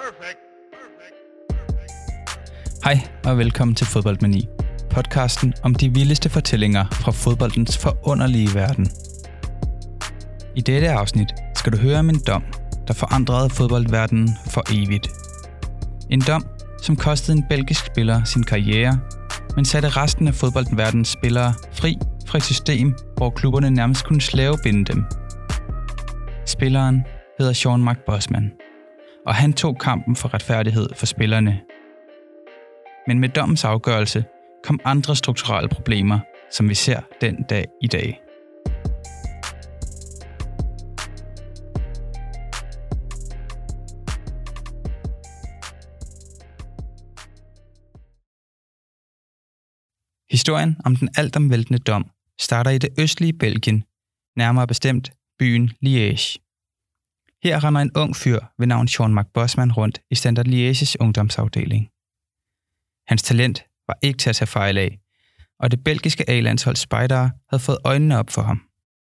Hej og velkommen til Fodboldmani, podcasten om de vildeste fortællinger fra fodboldens forunderlige verden. I dette afsnit skal du høre om en dom, der forandrede fodboldverdenen for evigt. En dom, som kostede en belgisk spiller sin karriere, men satte resten af fodboldverdens spillere fri fra et system, hvor klubberne nærmest kunne slavebinde dem. Spilleren hedder Jean-Marc Bosman, og han tog kampen for retfærdighed for spillerne. Men med dommens afgørelse kom andre strukturelle problemer, som vi ser den dag i dag. Historien om den altomvæltende dom starter i det østlige Belgien, nærmere bestemt byen Liège. Her render en ung fyr ved navn Jean-Marc Bosman rundt i Standard Lièges ungdomsafdeling. Hans talent var ikke til at tage fejl af, og det belgiske A-landshold spejdere havde fået øjnene op for ham.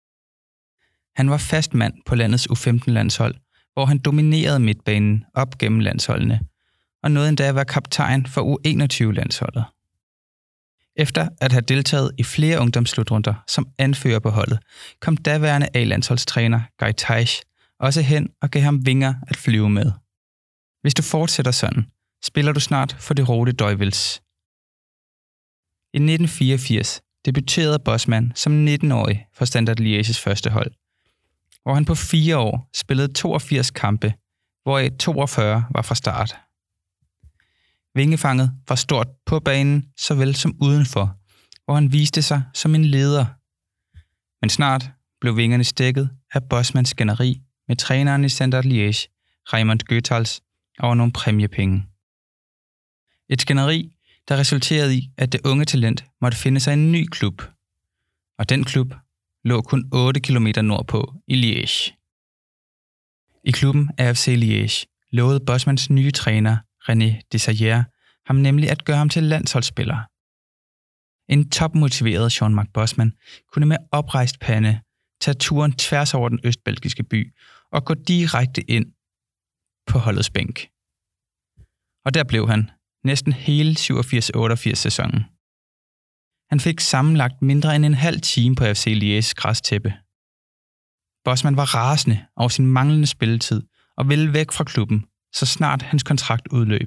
Han var fast mand på landets U15-landshold, hvor han dominerede midtbanen op gennem landsholdene, og nåede endda at være kaptajn for U21-landsholdet. Efter at have deltaget i flere ungdomsslutrunder som anfører på holdet, kom daværende A-landsholdstræner Guy Thys også hen og gav ham vinger at flyve med. Hvis du fortsætter sådan, spiller du snart for det Rode Duivels. I 1984 debuterede Bosman som 19-årig for Standard Lièges første hold, hvor han på 4 år spillede 82 kampe, hvoraf 42 var fra start. Vingefanget var stort på banen, såvel som udenfor, hvor han viste sig som en leder. Men snart blev vingerne stækket af Bosmans skænderi med træneren i Standard Liège, Raymond Goethals, over nogle præmiepenge. Et skænderi, der resulterede i, at det unge talent måtte finde sig en ny klub. Og den klub lå kun 8 kilometer nordpå i Liège. I klubben AFC Liège lovede Bosmans nye træner, René Desaillyes, ham nemlig at gøre ham til landsholdsspiller. En topmotiveret Jean-Marc Bosman kunne med oprejst pande tage turen tværs over den østbelgiske by og gå direkte ind på holdets bænk. Og der blev han næsten hele 87-88 sæsonen. Han fik sammenlagt mindre end en halv time på FC Lièges græstæppe. Bosman var rasende over sin manglende spilletid og ville væk fra klubben, så snart hans kontrakt udløb.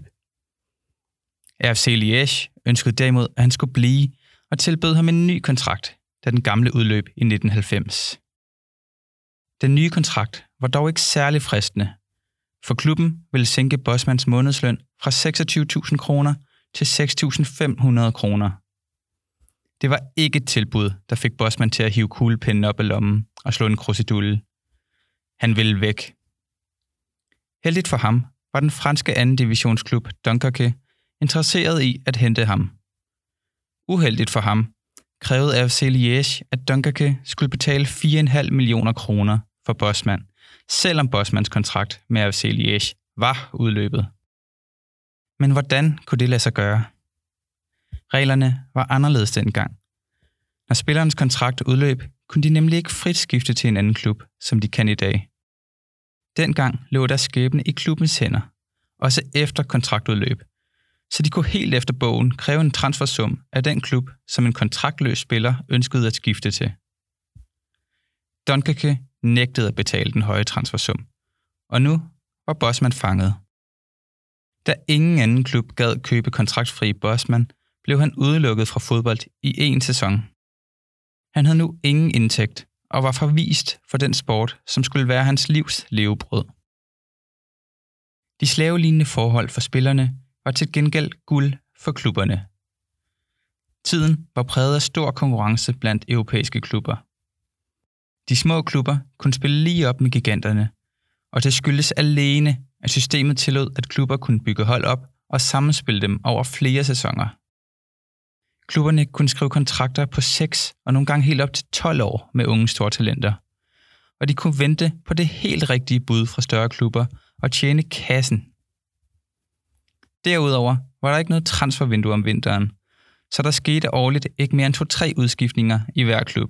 FC Liège ønskede derimod, at han skulle blive, og tilbød ham en ny kontrakt, da den gamle udløb i 1990. Den nye kontrakt var dog ikke særlig fristende, for klubben ville sænke Bosmans månedsløn fra 26.000 kroner til 6.500 kroner. Det var ikke et tilbud, der fik Bosman til at hive kuglepinden op af lommen og slå en krusedulle. Han ville væk. Heldigt for ham var den franske anden divisionsklub Dunkerque interesseret i at hente ham. Uheldigt for ham krævede AFC Liège, at Dunkerque skulle betale 4,5 millioner kroner for Bosman, selvom Bosmans kontrakt med AFC Liège var udløbet. Men hvordan kunne det lade sig gøre? Reglerne var anderledes dengang. Når spillerens kontrakt udløb, kunne de nemlig ikke frit skifte til en anden klub, som de kan i dag. Dengang lå der skæbne i klubbens hænder, også efter kontraktudløb, så de kunne helt efter bogen kræve en transfersum af den klub, som en kontraktløs spiller ønskede at skifte til. Dunkerque nægtede at betale den høje transfersum, og nu var Bosman fanget. Da ingen anden klub gad købe kontraktfri Bosman, blev han udelukket fra fodbold i 1 sæson. Han havde nu ingen indtægt og var forvist for den sport, som skulle være hans livs levebrød. De slavelignende forhold for spillerne var til gengæld guld for klubberne. Tiden var præget af stor konkurrence blandt europæiske klubber. De små klubber kunne spille lige op med giganterne, og det skyldes alene, at systemet tillod, at klubber kunne bygge hold op og sammenspille dem over flere sæsoner. Klubberne kunne skrive kontrakter på 6 og nogle gange helt op til 12 år med unge store talenter, og de kunne vente på det helt rigtige bud fra større klubber og tjene kassen. Derudover var der ikke noget transfervindue om vinteren, så der skete årligt ikke mere end 2-3 udskiftninger i hver klub.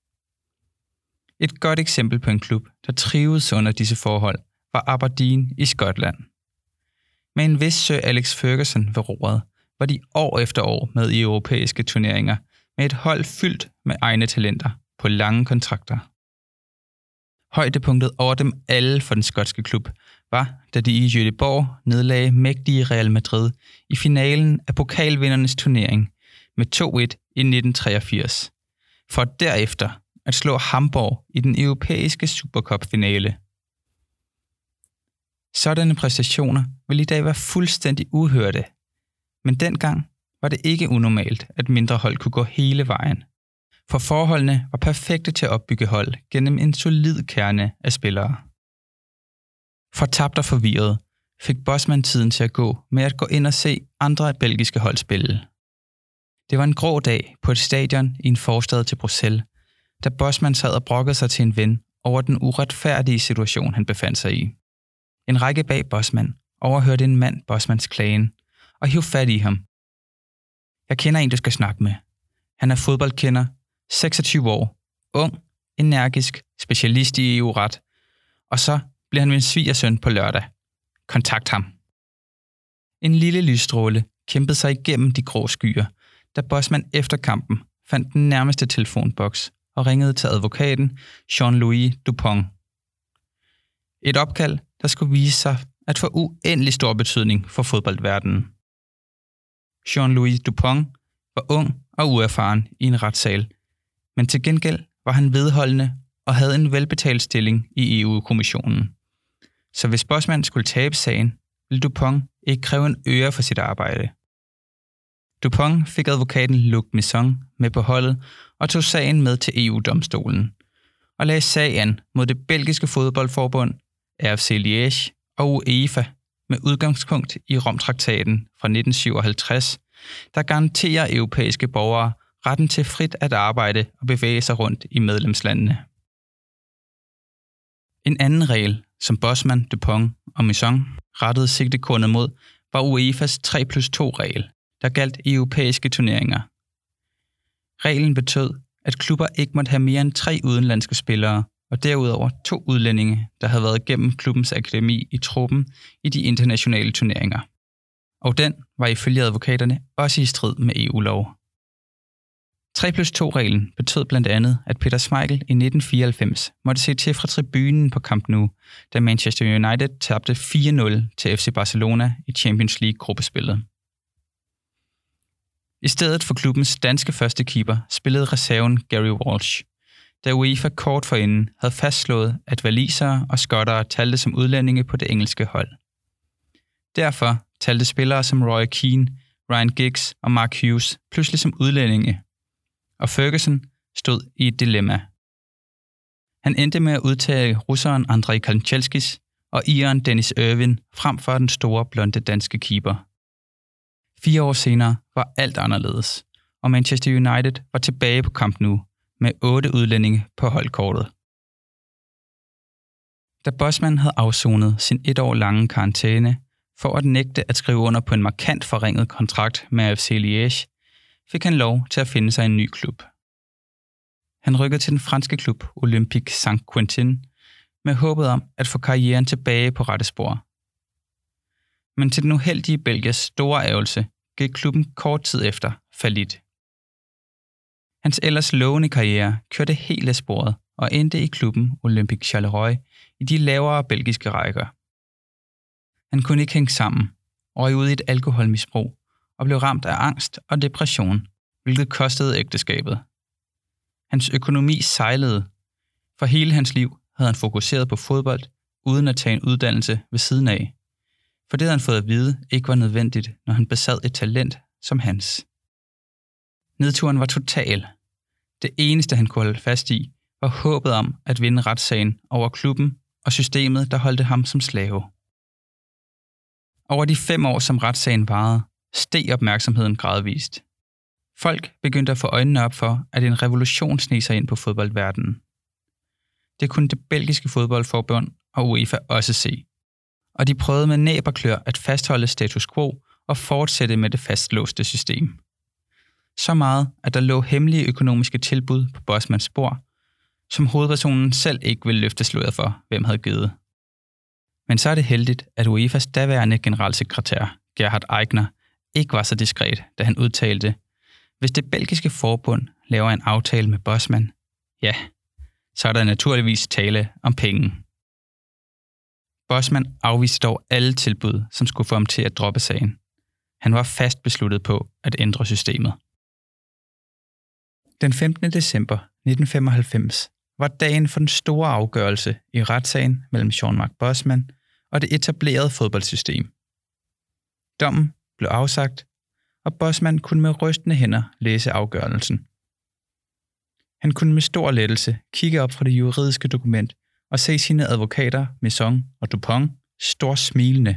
Et godt eksempel på en klub, der trivedes under disse forhold, var Aberdeen i Skotland. Med en vis Sir Alex Ferguson ved roret, var de år efter år med i europæiske turneringer med et hold fyldt med egne talenter på lange kontrakter. Højdepunktet over dem alle for den skotske klub var, da de i Göteborg nedlagde mægtige Real Madrid i finalen af pokalvindernes turnering med 2-1 i 1983, for derefter at slå Hamburg i den europæiske Supercup-finale. Sådanne præstationer vil i dag være fuldstændig uhørte, men dengang var det ikke unormalt, at mindre hold kunne gå hele vejen, for forholdene var perfekte til at opbygge hold gennem en solid kerne af spillere. Fortabt og forvirret fik Bosman tiden til at gå med at gå ind og se andre belgiske hold spille. Det var en grå dag på et stadion i en forstad til Bruxelles, da Bosman sad og brokkede sig til en ven over den uretfærdige situation, han befandt sig i. En række bag Bosman overhørte en mand Bosmans klagen og hiv fat i ham. Jeg kender en, du skal snakke med. Han er fodboldkender, 26 år, ung, energisk, specialist i EU-ret, og så bliver han min svigersøn på lørdag. Kontakt ham. En lille lysstråle kæmpede sig igennem de grå skyer, da Bosman efter kampen fandt den nærmeste telefonboks og ringede til advokaten Jean-Louis Dupont. Et opkald, der skulle vise sig at få uendelig stor betydning for fodboldverdenen. Jean-Louis Dupont var ung og uerfaren i en retssal, men til gengæld var han vedholdende og havde en velbetalt stilling i EU-kommissionen. Så hvis Bosman skulle tabe sagen, ville Dupont ikke kræve en øre for sit arbejde. Dupont fik advokaten Luc Misson med på holdet og tog sagen med til EU-domstolen og lagde sag an mod det belgiske fodboldforbund, RFC Liège og UEFA med udgangspunkt i Romtraktaten fra 1957, der garanterer europæiske borgere retten til frit at arbejde og bevæge sig rundt i medlemslandene. En anden regel, som Bosman, Dupont og Misson rettede sigtekornet mod, var UEFA's 3+2-regel, der galt i europæiske turneringer. Reglen betød, at klubber ikke måtte have mere end 3 udenlandske spillere, og derudover 2 udlændinge, der havde været gennem klubbens akademi i truppen i de internationale turneringer. Og den var ifølge advokaterne også i strid med EU-lov. 3+2-reglen betød blandt andet, at Peter Schmeichel i 1994 måtte se til fra tribunen på Camp Nou, da Manchester United tabte 4-0 til FC Barcelona i Champions League-gruppespillet. I stedet for klubbens danske førstekeeper spillede reserven Gary Walsh, da UEFA kort forinden havde fastslået, at walisere og skottere talte som udlændinge på det engelske hold. Derfor talte spillere som Roy Keane, Ryan Giggs og Mark Hughes pludselig som udlændinge, og Ferguson stod i et dilemma. Han endte med at udtage russeren Andrei Kanchelskis og ireren Dennis Irwin frem for den store blonde danske keeper. 4 år senere var alt anderledes, og Manchester United var tilbage på Camp Nou med 8 udlændinge på holdkortet. Da Bosman havde afsonet sin 1 år lange karantæne for at nægte at skrive under på en markant forringet kontrakt med FC Liège, fik han lov til at finde sig en ny klub. Han rykkede til den franske klub Olympique Saint-Quentin med håbet om at få karrieren tilbage på rette spor. Men til den uheldige Belgiers store ærgelse gik klubben kort tid efter fallit. Hans ellers lovende karriere kørte helt af sporet og endte i klubben Olympique Charleroi i de lavere belgiske rækker. Han kunne ikke hænge sammen, røg ud i et alkoholmisbrug og blev ramt af angst og depression, hvilket kostede ægteskabet. Hans økonomi sejlede. For hele hans liv havde han fokuseret på fodbold, uden at tage en uddannelse ved siden af. For det havde han fået at vide ikke var nødvendigt, når han besad et talent som hans. Nedturen var total. Det eneste, han kunne holde fast i, var håbet om at vinde retssagen over klubben og systemet, der holdte ham som slave. Over de 5 år, som retssagen varede, steg opmærksomheden gradvist. Folk begyndte at få øjnene op for, at en revolution sneg sig ind på fodboldverdenen. Det kunne det belgiske fodboldforbund og UEFA også se, og de prøvede med næb og klør at fastholde status quo og fortsætte med det fastlåste system. Så meget, at der lå hemmelige økonomiske tilbud på Bosmans spor, som hovedpersonen selv ikke ville løfte sløret for, hvem havde givet. Men så er det heldigt, at UEFA's daværende generalsekretær, Gerhard Eigner, ikke var så diskret, da han udtalte, hvis det belgiske forbund laver en aftale med Bosman, ja, så er der naturligvis tale om penge. Bosman afviste dog alle tilbud, som skulle få ham til at droppe sagen. Han var fast besluttet på at ændre systemet. Den 15. december 1995 var dagen for den store afgørelse i retssagen mellem Jean-Marc Bosman og det etablerede fodboldsystem. Dommen blev afsagt, og Bosman kunne med rystende hænder læse afgørelsen. Han kunne med stor lettelse kigge op fra det juridiske dokument og se sine advokater, Masson og Dupont, stor smilende.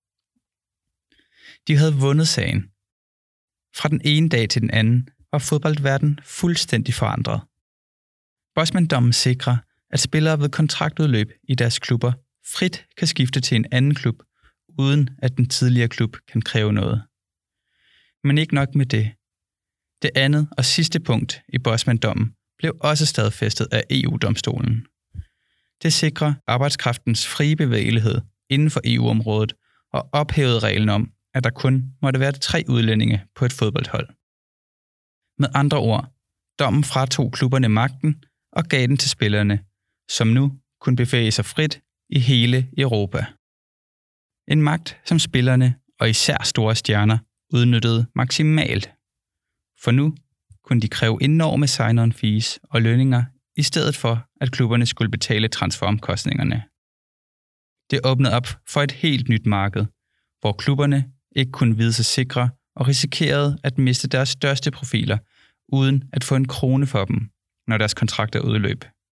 De havde vundet sagen. Fra den ene dag til den anden var fodboldverdenen fuldstændig forandret. Bosman-dommen sikrer, at spillere ved kontraktudløb i deres klubber frit kan skifte til en anden klub, uden at den tidligere klub kan kræve noget. Men ikke nok med det. Det andet og sidste punkt i Bosman-dommen blev også stadfæstet af EU-domstolen. Det sikrer arbejdskraftens frie bevægelighed inden for EU-området og ophævede reglen om, at der kun måtte være 3 udlændinge på et fodboldhold. Med andre ord, dommen fratog klubberne magten og gav den til spillerne, som nu kunne bevæge sig frit i hele Europa. En magt, som spillerne og især store stjerner udnyttede maksimalt. For nu kunne de kræve enorme sign-on fees og lønninger, i stedet for at klubberne skulle betale transferomkostningerne. Det åbnede op for et helt nyt marked, hvor klubberne ikke kunne vide sig sikre og risikerede at miste deres største profiler, uden at få en krone for dem, når deres kontrakter udløb.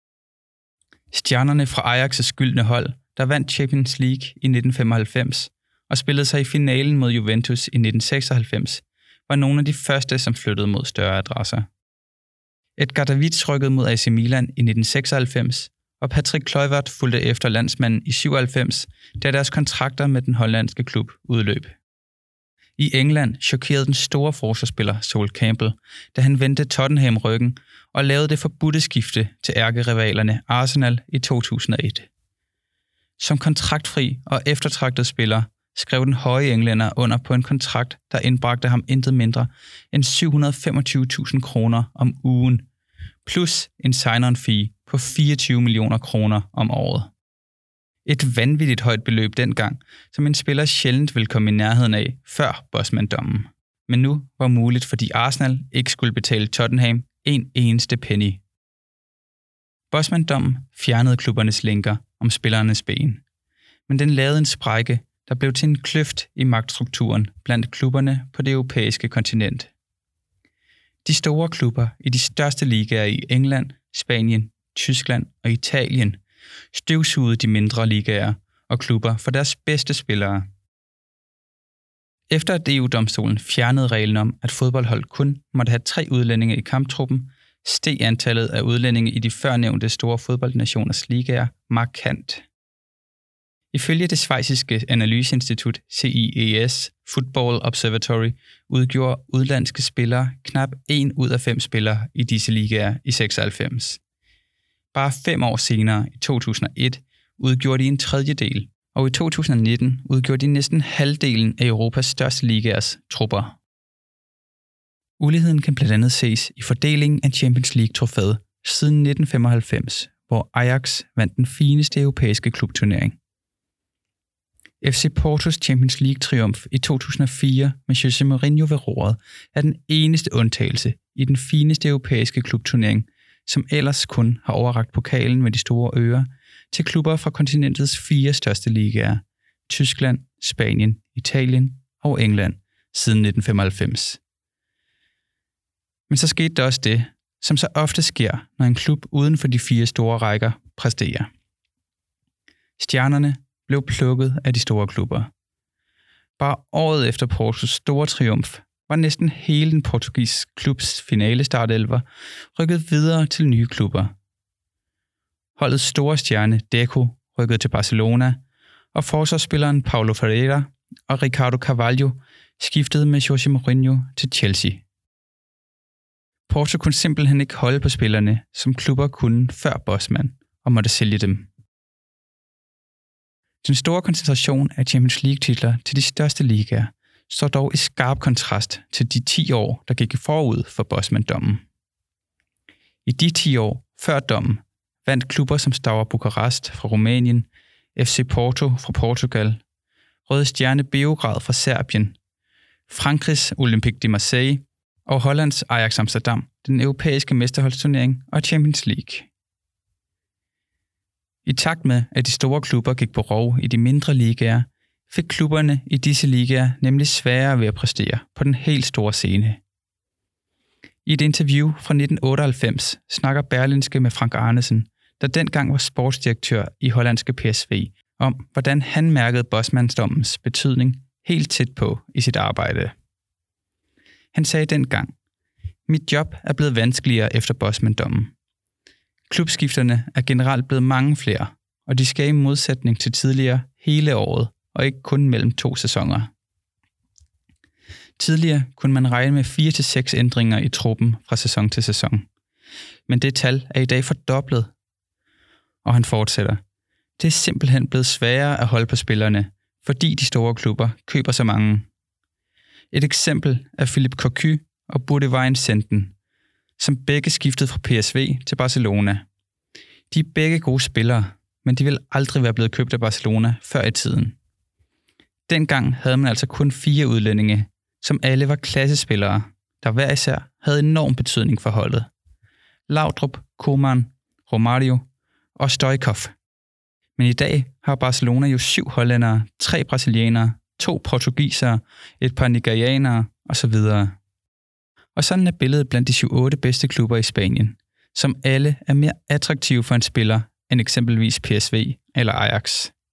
Stjernerne fra Ajax' gyldne hold, der vandt Champions League i 1995 og spillede sig i finalen mod Juventus i 1996, var nogle af de første, som flyttede mod større adresser. Edgar Davids rykkede mod AC Milan i 1996, og Patrick Kluivert fulgte efter landsmanden i 97, da deres kontrakter med den hollandske klub udløb. I England chokerede den store forsvarsspiller Sol Campbell, da han vendte Tottenham ryggen og lavede det forbudte skifte til ærkerivalerne Arsenal i 2001. Som kontraktfri og eftertragtet spiller skrev den høje englænder under på en kontrakt, der indbragte ham intet mindre end 725.000 kroner om ugen, plus en sign-on fee på 24 millioner kroner om året. Et vanvittigt højt beløb dengang, som en spiller sjældent ville komme i nærheden af før Bosman-dommen. Men nu var muligt, fordi Arsenal ikke skulle betale Tottenham en eneste penny. Bosman-dommen fjernede klubbernes lænker om spillernes ben, men den lavede en sprække, der blev til en kløft i magtstrukturen blandt klubberne på det europæiske kontinent. De store klubber i de største ligaer i England, Spanien, Tyskland og Italien støvsugede de mindre ligaer og klubber for deres bedste spillere. Efter at EU-domstolen fjernede reglen om, at fodboldhold kun måtte have 3 udlændinge i kamptruppen, steg antallet af udlændinge i de førnævnte store fodboldnationers ligaer markant. Ifølge det schweiziske analyseinstitut CIES Football Observatory udgjorde udlandske spillere knap 1 ud af 5 spillere i disse ligaer i 96. Bare 5 år senere, i 2001, udgjorde de en tredjedel, og i 2019 udgjorde de næsten halvdelen af Europas største ligaers trupper. Uligheden kan blandt andet ses i fordelingen af Champions League-trofæet siden 1995, hvor Ajax vandt den fineste europæiske klubturnering. FC Portos Champions League-triumf i 2004 med José Mourinho ved roret er den eneste undtagelse i den fineste europæiske klubturnering, som ellers kun har overrakt pokalen med de store ører til klubber fra kontinentets 4 største ligaer, Tyskland, Spanien, Italien og England, siden 1995. Men så skete der også det, som så ofte sker, når en klub uden for de 4 store rækker præsterer. Stjernerne blev plukket af de store klubber. Bare året efter Portos store triumf var næsten hele den portugisiske klubs finalestartelver rykket videre til nye klubber. Holdets store stjerne Deco rykkede til Barcelona, og forsvarsspilleren Paulo Ferreira og Ricardo Carvalho skiftede med José Mourinho til Chelsea. Porto kunne simpelthen ikke holde på spillerne, som klubber kunne før Bosman, og måtte sælge dem. Den store koncentration af Champions League-titler til de største ligaer står dog i skarp kontrast til de 10 år, der gik forud for Bosman-dommen. I de 10 år før dommen vandt klubber som Steaua Bukarest fra Rumænien, FC Porto fra Portugal, Røde Stjerne Beograd fra Serbien, Frankrigs Olympique de Marseille og Hollands Ajax Amsterdam, den europæiske mesterholdsturnering og Champions League. I takt med, at de store klubber gik på rov i de mindre ligaer, fik klubberne i disse ligaer nemlig sværere ved at præstere på den helt store scene. I et interview fra 1998 snakker Berlingske med Frank Arnesen, der dengang var sportsdirektør i hollandske PSV, om hvordan han mærkede Bosman-dommens betydning helt tæt på i sit arbejde. Han sagde dengang: "Mit job er blevet vanskeligere efter Bosman-dommen. Klubskifterne er generelt blevet mange flere, og de skal i modsætning til tidligere hele året, og ikke kun mellem 2 sæsoner. Tidligere kunne man regne med 4-6 ændringer i truppen fra sæson til sæson. Men det tal er i dag fordoblet." Og han fortsætter: "Det er simpelthen blevet sværere at holde på spillerne, fordi de store klubber køber så mange. Et eksempel er Philippe Cocu og Boudewijn Senden, som begge skiftede fra PSV til Barcelona. De er begge gode spillere, men de vil aldrig være blevet købt af Barcelona før i tiden. Dengang havde man altså kun 4 udlændinge, som alle var klassespillere, der hver især havde enorm betydning for holdet. Laudrup, Koeman, Romario og Stoichkov. Men i dag har Barcelona jo 7 hollændere, 3 brasilianere, 2 portugisere, et par nigerianere osv. Og sådan er billedet blandt de 7-8 bedste klubber i Spanien, som alle er mere attraktive for en spiller end eksempelvis PSV eller Ajax.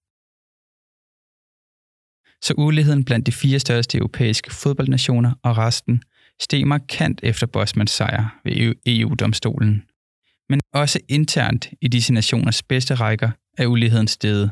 Så uligheden blandt de 4 største europæiske fodboldnationer og resten steg markant efter Bosmans sejr ved EU-domstolen. Men også internt i disse nationers bedste rækker er uligheden steget.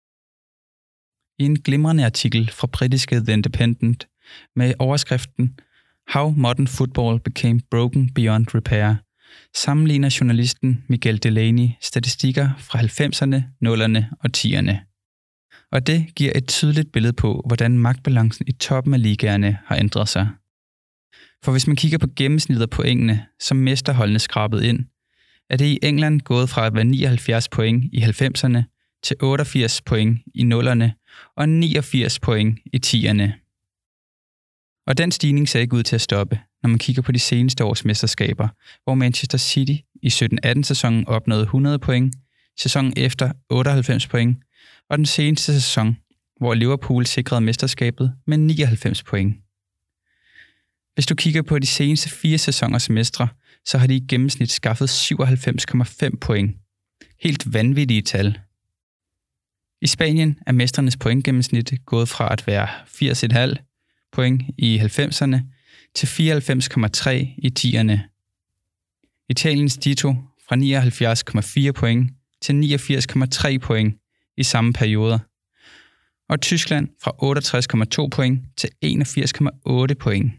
I en glimrende artikel fra britiske The Independent med overskriften "How Modern Football Became Broken Beyond Repair" sammenligner journalisten Miguel Delaney statistikker fra 90'erne, 0'erne og 10'erne. Og det giver et tydeligt billede på, hvordan magtbalancen i toppen af ligaerne har ændret sig. For hvis man kigger på gennemsnittet af pointene, som mesterholdene skrabet ind, er det i England gået fra at være 79 point i 90'erne til 88 point i 0'erne og 89 point i 10'erne. Og den stigning ser ikke ud til at stoppe, når man kigger på de seneste års mesterskaber, hvor Manchester City i 17-18 sæsonen opnåede 100 point, sæsonen efter 98 point, og den seneste sæson, hvor Liverpool sikrede mesterskabet med 99 point. Hvis du kigger på de seneste 4 sæsoners mestre, så har de i gennemsnit skaffet 97,5 point. Helt vanvittige tal. I Spanien er mestrenes pointgennemsnit gået fra at være 80,5 point i 90'erne til 94,3 i 10'erne. Italiens ditto fra 79,4 point til 89,3 point i samme perioder. Og Tyskland fra 68,2 point til 81,8 point.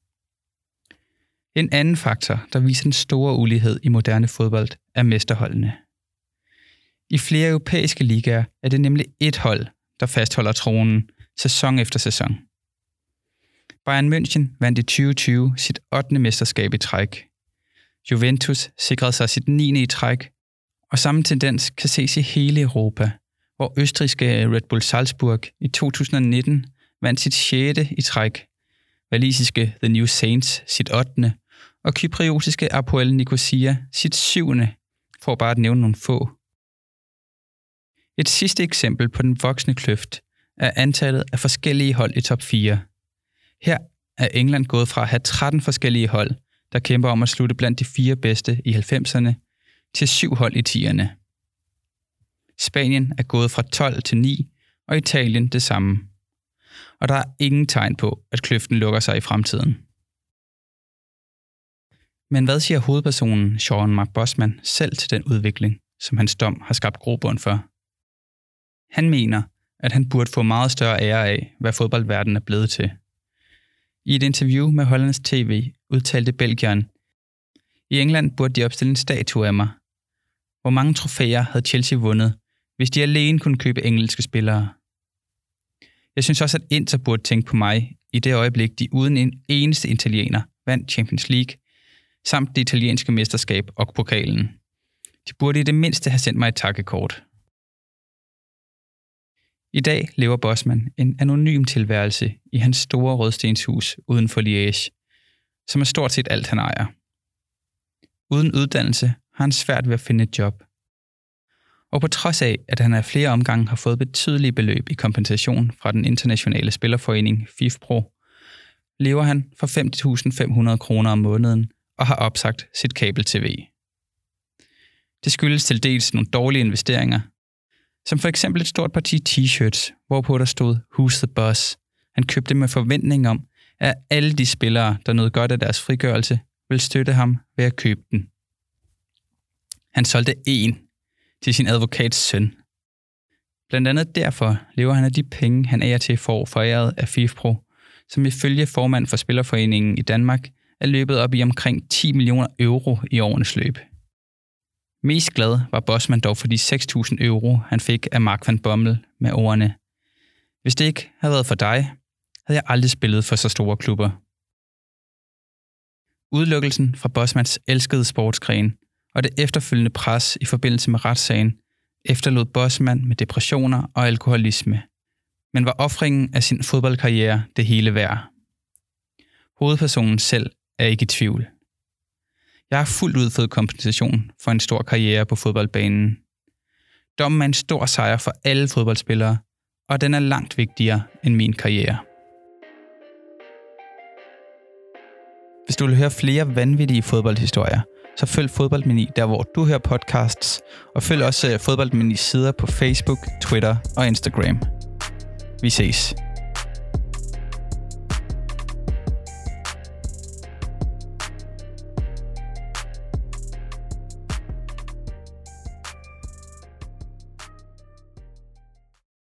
En anden faktor, der viser den store ulighed i moderne fodbold, er mesterholdene. I flere europæiske ligaer er det nemlig ét hold, der fastholder tronen sæson efter sæson. Bayern München vandt i 2020 sit 8. mesterskab i træk. Juventus sikrede sig sit 9. i træk, og samme tendens kan ses i hele Europa, hvor østrigske Red Bull Salzburg i 2019 vandt sit 6. i træk, walisiske The New Saints sit 8. og kypriotiske Apoel Nicosia sit 7. for bare at nævne nogle få. Et sidste eksempel på den voksende kløft er antallet af forskellige hold i top 4. Her er England gået fra at have 13 forskellige hold, der kæmper om at slutte blandt de 4 bedste i 90'erne, til 7 hold i 10'erne. Spanien er gået fra 12 til 9, og Italien det samme. Og der er ingen tegn på, at kløften lukker sig i fremtiden. Men hvad siger hovedpersonen Sean Mark Bosman selv til den udvikling, som hans dom har skabt grobund for? Han mener, at han burde få meget større ære af, hvad fodboldverdenen er blevet til. I et interview med Hollands TV udtalte belgieren: "I England burde de opstille en statue af mig. Hvor mange trofæer havde Chelsea vundet, hvis de alene kunne købe engelske spillere. Jeg synes også, at Inter burde tænke på mig i det øjeblik, de uden en eneste italiener vandt Champions League, samt det italienske mesterskab og pokalen. De burde i det mindste have sendt mig et takkekort. I dag lever Bosman en anonym tilværelse i hans store rødstenshus uden for Liège, som er stort set alt, han ejer. Uden uddannelse har han svært ved at finde et job. Og på trods af, at han af flere omgange har fået betydelige beløb i kompensation fra den internationale spillerforening FIFPro, lever han for 5.500 kroner om måneden og har opsagt sit kabel-tv. Det skyldes til dels nogle dårlige investeringer, som for eksempel et stort parti t-shirts, hvorpå der stod Who's the Boss. Han købte med forventning om, at alle de spillere, der nåede godt af deres frigørelse, ville støtte ham ved at købe den. Han solgte en til sin advokats søn. Blandt andet derfor lever han af de penge, han af og til får foræret af FIFPro, som ifølge formand for Spillerforeningen i Danmark er løbet op i omkring 10 millioner euro i årenes løb. Mest glad var Bosman dog for de 6.000 euro, han fik af Mark van Bommel med ordene: "Hvis det ikke havde været for dig, havde jeg aldrig spillet for så store klubber." Udelukkelsen fra Bosmans elskede sportsgren og det efterfølgende pres i forbindelse med retssagen efterlod Bosman med depressioner og alkoholisme, men var ofringen af sin fodboldkarriere det hele værd. Hovedpersonen selv er ikke i tvivl. Jeg har fuldt ud fået kompensation for en stor karriere på fodboldbanen. Dommen er en stor sejr for alle fodboldspillere, og den er langt vigtigere end min karriere. Hvis du vil høre flere vanvittige fodboldhistorier, så følg Fodboldmeni der, hvor du hører podcasts, og følg også Fodboldmenis sider på Facebook, Twitter og Instagram. Vi ses.